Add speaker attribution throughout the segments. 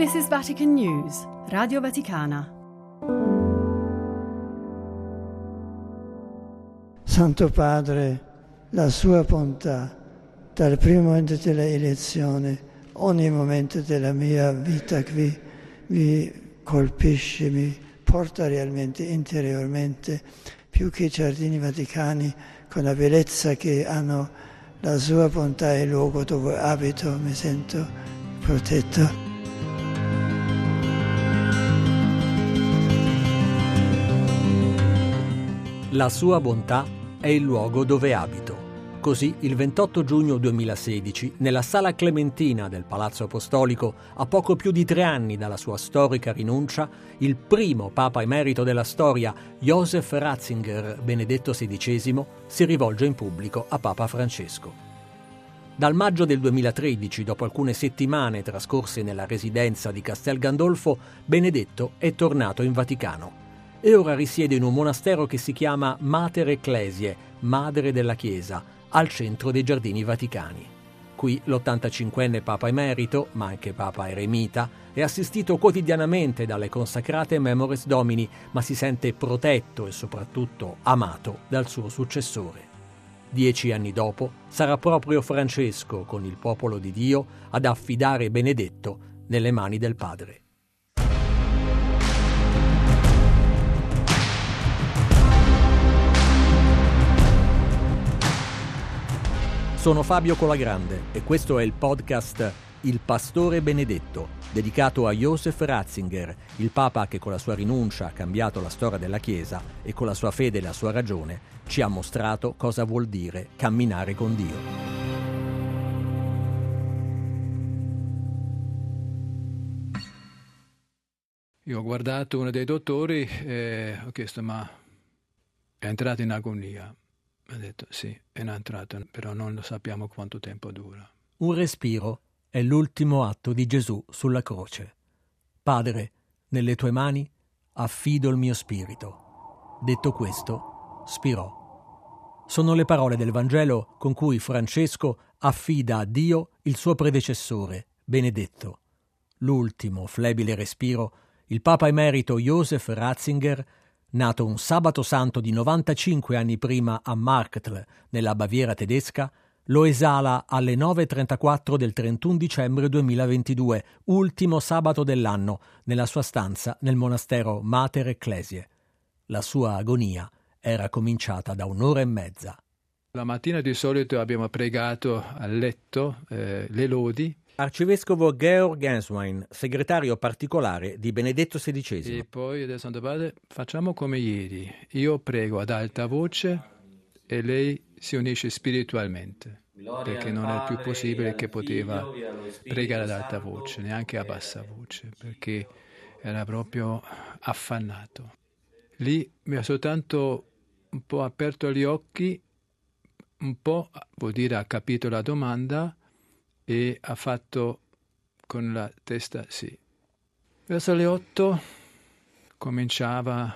Speaker 1: This is Vatican News, Radio Vaticana.
Speaker 2: Santo Padre, la sua bontà, dal primo momento dell'elezione, ogni momento della mia vita qui, mi colpisce, mi porta realmente interiormente, più che i giardini vaticani, con la bellezza che hanno, la sua bontà è il luogo dove abito, mi sento protetto.
Speaker 3: La sua bontà è il luogo dove abito. Così, il 28 giugno 2016, nella Sala Clementina del Palazzo Apostolico, a poco più di 3 anni dalla sua storica rinuncia, il primo Papa emerito della storia, Joseph Ratzinger, Benedetto XVI, si rivolge in pubblico a Papa Francesco. Dal maggio del 2013, dopo alcune settimane trascorse nella residenza di Castel Gandolfo, Benedetto è tornato in Vaticano e ora risiede in un monastero che si chiama Mater Ecclesiae, Madre della Chiesa, al centro dei Giardini Vaticani. Qui l'85enne Papa emerito, ma anche Papa eremita, è assistito quotidianamente dalle consacrate Memores Domini, ma si sente protetto e soprattutto amato dal suo successore. 10 anni dopo sarà proprio Francesco, con il popolo di Dio, ad affidare Benedetto nelle mani del Padre. Sono Fabio Colagrande e questo è il podcast Il Pastore Benedetto, dedicato a Joseph Ratzinger, il Papa che con la sua rinuncia ha cambiato la storia della Chiesa e con la sua fede e la sua ragione ci ha mostrato cosa vuol dire camminare con Dio.
Speaker 4: Io ho guardato uno dei dottori e ho chiesto: ma è entrato in agonia? Ha detto sì, è entrato, però non lo sappiamo quanto tempo dura.
Speaker 3: Un respiro è l'ultimo atto di Gesù sulla croce. Padre, nelle tue mani affido il mio spirito. Detto questo, spirò. Sono le parole del Vangelo con cui Francesco affida a Dio il suo predecessore, Benedetto. L'ultimo flebile respiro, il Papa emerito Joseph Ratzinger, nato un sabato santo di 95 anni prima a Marktl, nella Baviera tedesca, lo esala alle 9:34 del 31 dicembre 2022, ultimo sabato dell'anno, nella sua stanza nel monastero Mater Ecclesiae. La sua agonia era cominciata da 1 ora e mezza.
Speaker 4: La mattina di solito abbiamo pregato a letto le lodi.
Speaker 3: Arcivescovo Georg Genswein, segretario particolare di Benedetto XVI.
Speaker 4: E poi del Santo Padre facciamo come ieri. Io prego ad alta voce e lei si unisce spiritualmente, perché non è più possibile che poteva pregare ad alta voce, neanche a bassa voce, perché era proprio affannato. Lì mi ha soltanto un po' aperto gli occhi, un po' vuol dire ha capito la domanda e ha fatto con la testa sì. Verso le 8 cominciava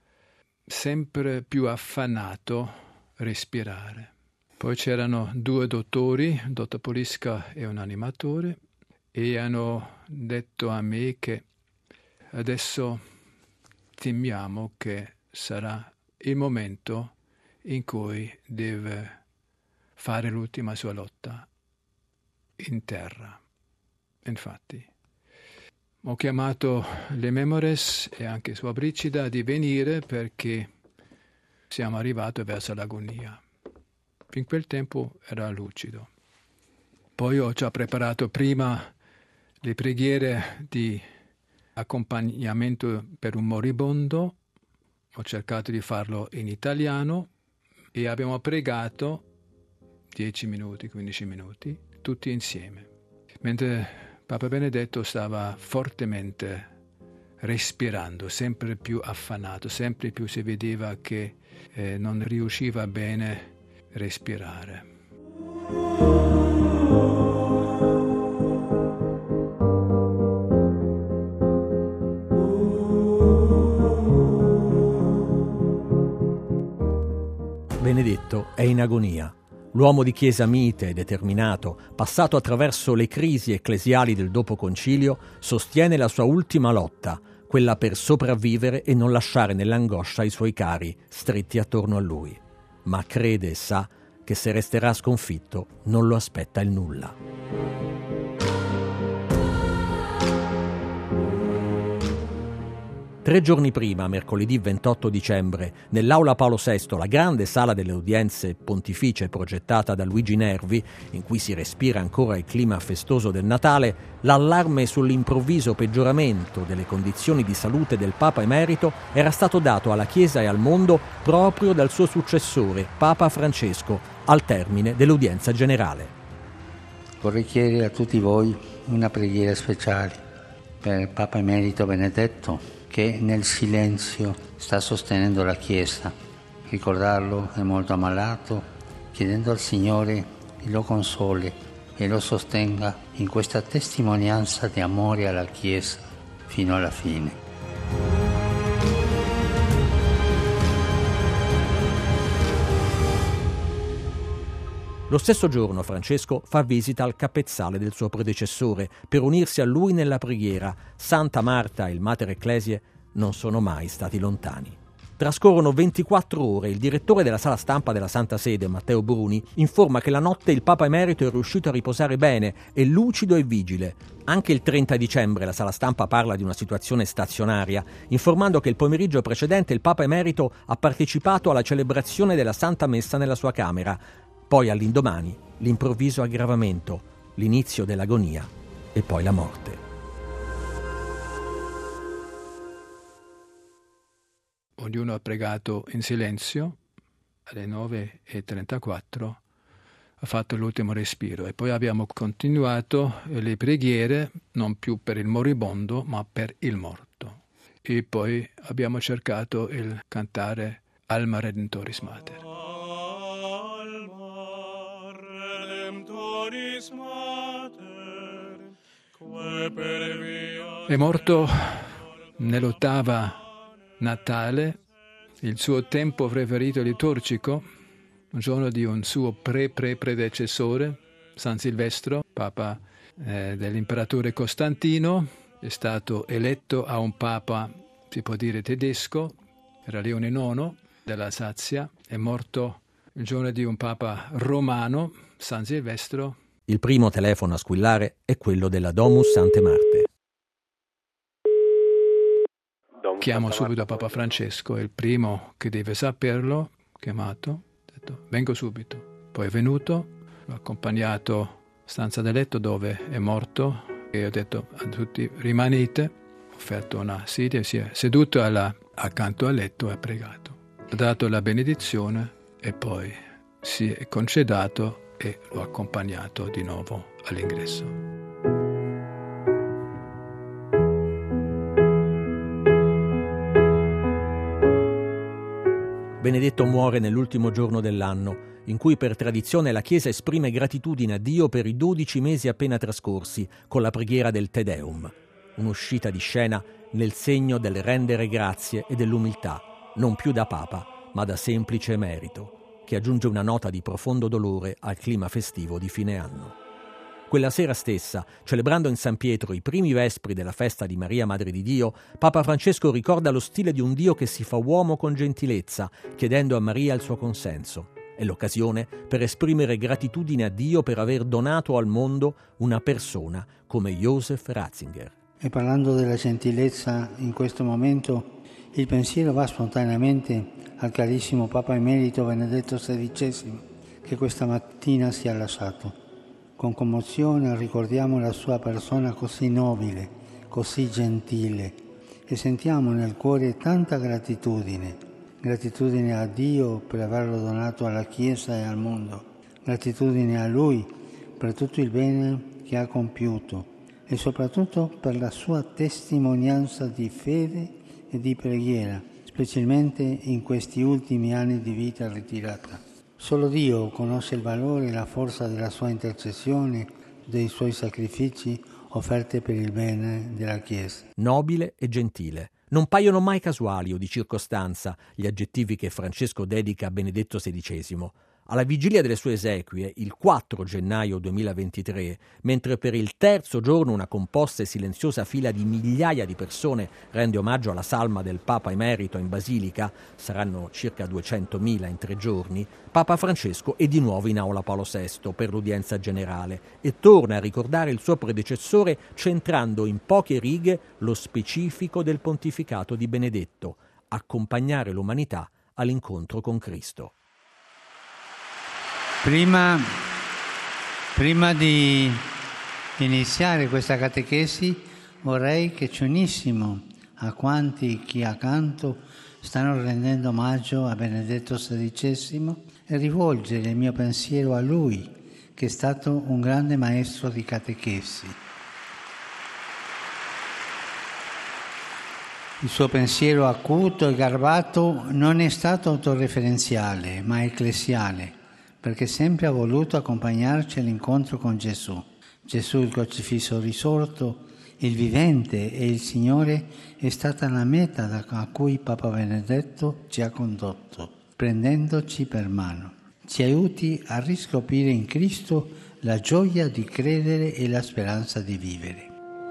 Speaker 4: sempre più affannato a respirare. Poi c'erano 2 dottori, il dottor Poliska e un animatore, e hanno detto a me che adesso temiamo che sarà il momento in cui deve fare l'ultima sua lotta in terra. Infatti ho chiamato le Memores e anche Sua Brigida di venire perché siamo arrivati verso l'agonia. In quel tempo era lucido. Poi ho già preparato prima le preghiere di accompagnamento per un moribondo. Ho cercato di farlo in italiano e abbiamo pregato 10 minuti, 15 minuti, tutti insieme. Mentre Papa Benedetto stava fortemente respirando, sempre più affannato, sempre più si vedeva che non riusciva bene a respirare.
Speaker 3: Benedetto è in agonia. L'uomo di chiesa mite e determinato, passato attraverso le crisi ecclesiali del dopo concilio, sostiene la sua ultima lotta, quella per sopravvivere e non lasciare nell'angoscia i suoi cari stretti attorno a lui. Ma crede e sa che se resterà sconfitto non lo aspetta il nulla. 3 giorni prima, mercoledì 28 dicembre, nell'Aula Paolo VI, la grande sala delle udienze pontificie progettata da Luigi Nervi, in cui si respira ancora il clima festoso del Natale, l'allarme sull'improvviso peggioramento delle condizioni di salute del Papa emerito era stato dato alla Chiesa e al mondo proprio dal suo successore, Papa Francesco, al termine dell'udienza generale.
Speaker 5: Vorrei chiedere a tutti voi una preghiera speciale per il Papa emerito Benedetto, che nel silenzio sta sostenendo la Chiesa. Ricordarlo è molto ammalato, chiedendo al Signore che lo consoli e lo sostenga in questa testimonianza di amore alla Chiesa fino alla fine.
Speaker 3: Lo stesso giorno Francesco fa visita al capezzale del suo predecessore per unirsi a lui nella preghiera. Santa Marta e il Mater Ecclesiae non sono mai stati lontani. Trascorrono 24 ore e il direttore della sala stampa della Santa Sede, Matteo Bruni, informa che la notte il Papa emerito è riuscito a riposare bene, è lucido e vigile. Anche il 30 dicembre la sala stampa parla di una situazione stazionaria, informando che il pomeriggio precedente il Papa emerito ha partecipato alla celebrazione della Santa Messa nella sua camera. Poi all'indomani l'improvviso aggravamento, l'inizio dell'agonia e poi la morte.
Speaker 4: Ognuno ha pregato in silenzio, alle 9:34 ha fatto l'ultimo respiro e poi abbiamo continuato le preghiere non più per il moribondo ma per il morto. E poi abbiamo cercato il cantare Alma Redemptoris Mater. È morto nell'8ª Natale, il suo tempo preferito liturgico, un giorno di un suo predecessore, San Silvestro, papa dell'imperatore Costantino. È stato eletto a un papa, si può dire tedesco, era Leone IX dell'Alsazia. È morto il giorno di un papa romano, San Silvestro.
Speaker 3: Il primo telefono a squillare è quello della Domus Sante Marte.
Speaker 4: Chiamo subito Papa Francesco, è il primo che deve saperlo, chiamato, ho detto vengo subito. Poi è venuto, l'ho accompagnato in stanza del letto dove è morto e ho detto a tutti rimanete, ho offerto una sedia, si è seduto accanto al letto e ha pregato. Ha dato la benedizione e poi si è concedato e l'ho accompagnato di nuovo all'ingresso.
Speaker 3: Benedetto muore nell'ultimo giorno dell'anno, in cui per tradizione la Chiesa esprime gratitudine a Dio per i 12 mesi appena trascorsi, con la preghiera del Te Deum. Un'uscita di scena nel segno del rendere grazie e dell'umiltà, non più da Papa, ma da semplice emerito, che aggiunge una nota di profondo dolore al clima festivo di fine anno. Quella sera stessa, celebrando in San Pietro i primi vespri della festa di Maria Madre di Dio, Papa Francesco ricorda lo stile di un Dio che si fa uomo con gentilezza, chiedendo a Maria il suo consenso. È l'occasione per esprimere gratitudine a Dio per aver donato al mondo una persona come Joseph Ratzinger.
Speaker 5: E parlando della gentilezza in questo momento, il pensiero va spontaneamente al carissimo Papa emerito Benedetto XVI, che questa mattina ci ha lasciato. Con commozione ricordiamo la sua persona così nobile, così gentile, e sentiamo nel cuore tanta gratitudine a Dio per averlo donato alla Chiesa e al mondo, gratitudine a Lui per tutto il bene che ha compiuto e soprattutto per la sua testimonianza di fede e di preghiera, specialmente in questi ultimi anni di vita ritirata. Solo Dio conosce il valore e la forza della sua intercessione, dei suoi sacrifici offerti per il bene della Chiesa.
Speaker 3: Nobile e gentile. Non paiono mai casuali o di circostanza gli aggettivi che Francesco dedica a Benedetto XVI. Alla vigilia delle sue esequie, il 4 gennaio 2023, mentre per il terzo giorno una composta e silenziosa fila di migliaia di persone rende omaggio alla salma del Papa Emerito in Basilica, saranno circa 200.000 in 3 giorni, Papa Francesco è di nuovo in Aula Paolo VI per l'udienza generale e torna a ricordare il suo predecessore centrando in poche righe lo specifico del pontificato di Benedetto: accompagnare l'umanità all'incontro con Cristo.
Speaker 5: Prima di iniziare questa catechesi vorrei che ci unissimo a quanti qui accanto stanno rendendo omaggio a Benedetto XVI e rivolgere il mio pensiero a lui, che è stato un grande maestro di catechesi. Il suo pensiero acuto e garbato non è stato autoreferenziale, ma ecclesiale, perché sempre ha voluto accompagnarci all'incontro con Gesù. Gesù, il crocifisso risorto, il vivente e il Signore, è stata la meta a cui Papa Benedetto ci ha condotto, prendendoci per mano. Ci aiuti a riscoprire in Cristo la gioia di credere e la speranza di vivere.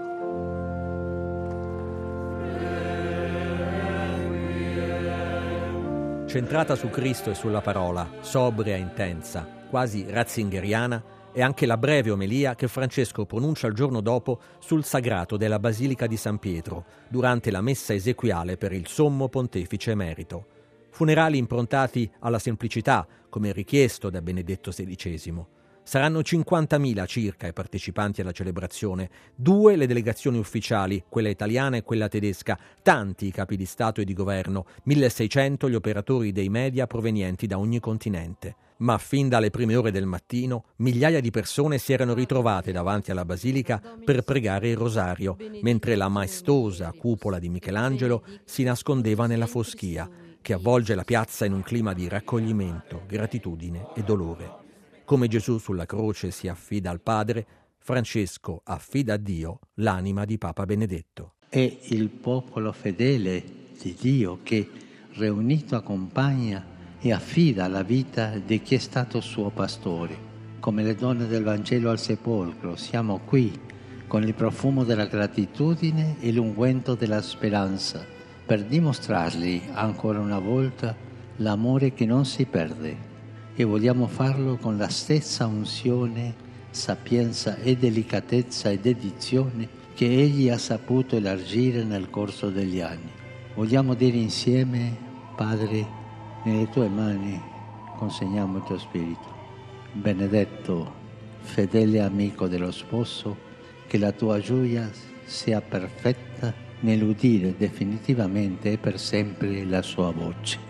Speaker 3: Centrata su Cristo e sulla parola, sobria e intensa, quasi ratzingeriana, è anche la breve omelia che Francesco pronuncia il giorno dopo sul sagrato della Basilica di San Pietro, durante la messa esequiale per il Sommo Pontefice Emerito. Funerali improntati alla semplicità, come richiesto da Benedetto XVI. Saranno 50.000 circa i partecipanti alla celebrazione, 2 le delegazioni ufficiali, quella italiana e quella tedesca, tanti i capi di Stato e di governo, 1.600 gli operatori dei media provenienti da ogni continente. Ma fin dalle prime ore del mattino, migliaia di persone si erano ritrovate davanti alla Basilica per pregare il rosario, mentre la maestosa cupola di Michelangelo si nascondeva nella foschia, che avvolge la piazza in un clima di raccoglimento, gratitudine e dolore. Come Gesù sulla croce si affida al Padre, Francesco affida a Dio l'anima di Papa Benedetto.
Speaker 5: È il popolo fedele di Dio che, riunito, accompagna e affida la vita di chi è stato suo pastore. Come le donne del Vangelo al sepolcro, siamo qui con il profumo della gratitudine e l'unguento della speranza, per dimostrargli ancora una volta l'amore che non si perde. E vogliamo farlo con la stessa unzione, sapienza e delicatezza e dedizione che Egli ha saputo elargire nel corso degli anni. Vogliamo dire insieme: Padre, nelle tue mani consegniamo il tuo spirito. Benedetto, fedele amico dello sposo, che la tua gioia sia perfetta nell'udire definitivamente e per sempre la sua voce.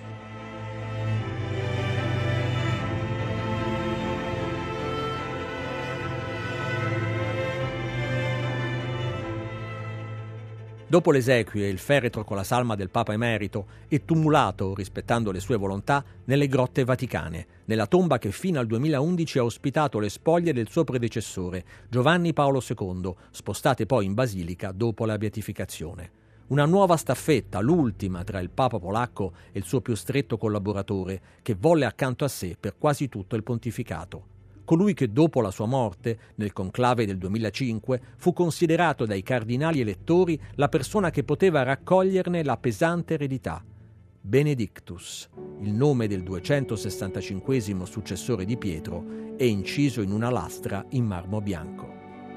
Speaker 3: Dopo l'esequie e il feretro con la salma del Papa Emerito è tumulato, rispettando le sue volontà, nelle grotte vaticane, nella tomba che fino al 2011 ha ospitato le spoglie del suo predecessore, Giovanni Paolo II, spostate poi in basilica dopo la beatificazione. Una nuova staffetta, l'ultima tra il Papa polacco e il suo più stretto collaboratore, che volle accanto a sé per quasi tutto il pontificato. Colui che dopo la sua morte, nel conclave del 2005, fu considerato dai cardinali elettori la persona che poteva raccoglierne la pesante eredità. Benedictus, il nome del 265° successore di Pietro, è inciso in una lastra in marmo bianco.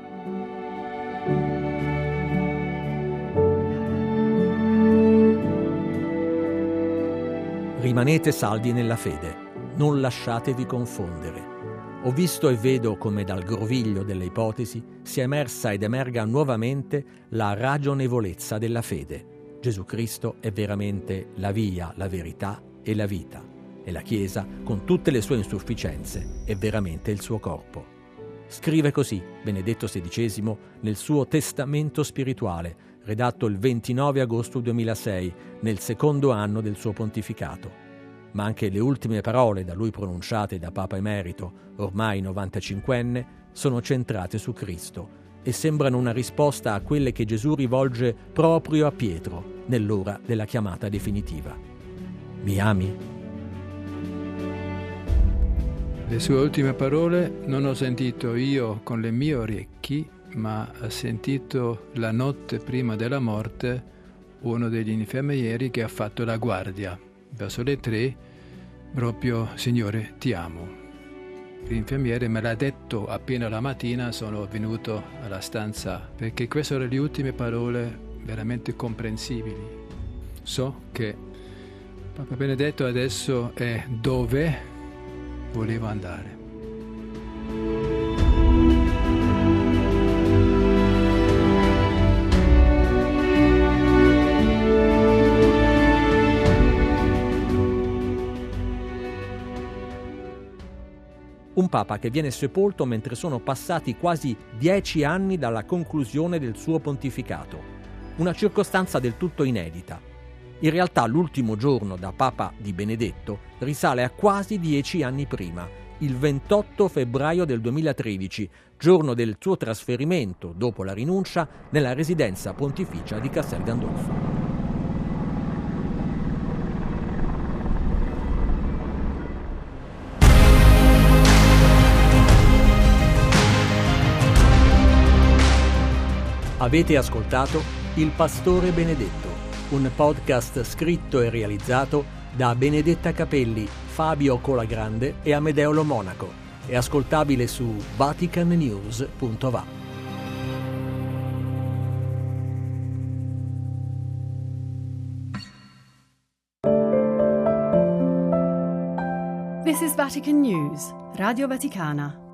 Speaker 3: Rimanete saldi nella fede, non lasciatevi confondere. Ho visto e vedo come dal groviglio delle ipotesi sia emersa ed emerga nuovamente la ragionevolezza della fede. Gesù Cristo è veramente la via, la verità e la vita. E la Chiesa, con tutte le sue insufficienze, è veramente il suo corpo. Scrive così Benedetto XVI nel suo Testamento spirituale, redatto il 29 agosto 2006, nel secondo anno del suo pontificato. Ma anche le ultime parole da lui pronunciate da Papa Emerito, ormai 95enne, sono centrate su Cristo e sembrano una risposta a quelle che Gesù rivolge proprio a Pietro nell'ora della chiamata definitiva. Mi ami?
Speaker 4: Le sue ultime parole non ho sentito io con le mie orecchie, ma ha sentito la notte prima della morte uno degli infermieri che ha fatto la guardia. Verso le 3, proprio: Signore, ti amo. L'infermiere me l'ha detto appena la mattina sono venuto alla stanza, perché queste erano le ultime parole veramente comprensibili. So che Papa Benedetto adesso è dove voleva andare.
Speaker 3: Un Papa che viene sepolto mentre sono passati quasi 10 anni dalla conclusione del suo pontificato. Una circostanza del tutto inedita. In realtà l'ultimo giorno da Papa di Benedetto risale a quasi 10 anni prima, il 28 febbraio del 2013, giorno del suo trasferimento, dopo la rinuncia, nella residenza pontificia di Castel Gandolfo. Avete ascoltato Il Pastore Benedetto, un podcast scritto e realizzato da Benedetta Capelli, Fabio Colagrande e Amedeo Lo Monaco. È ascoltabile su vaticannews.va.
Speaker 1: This is Vatican News, Radio Vaticana.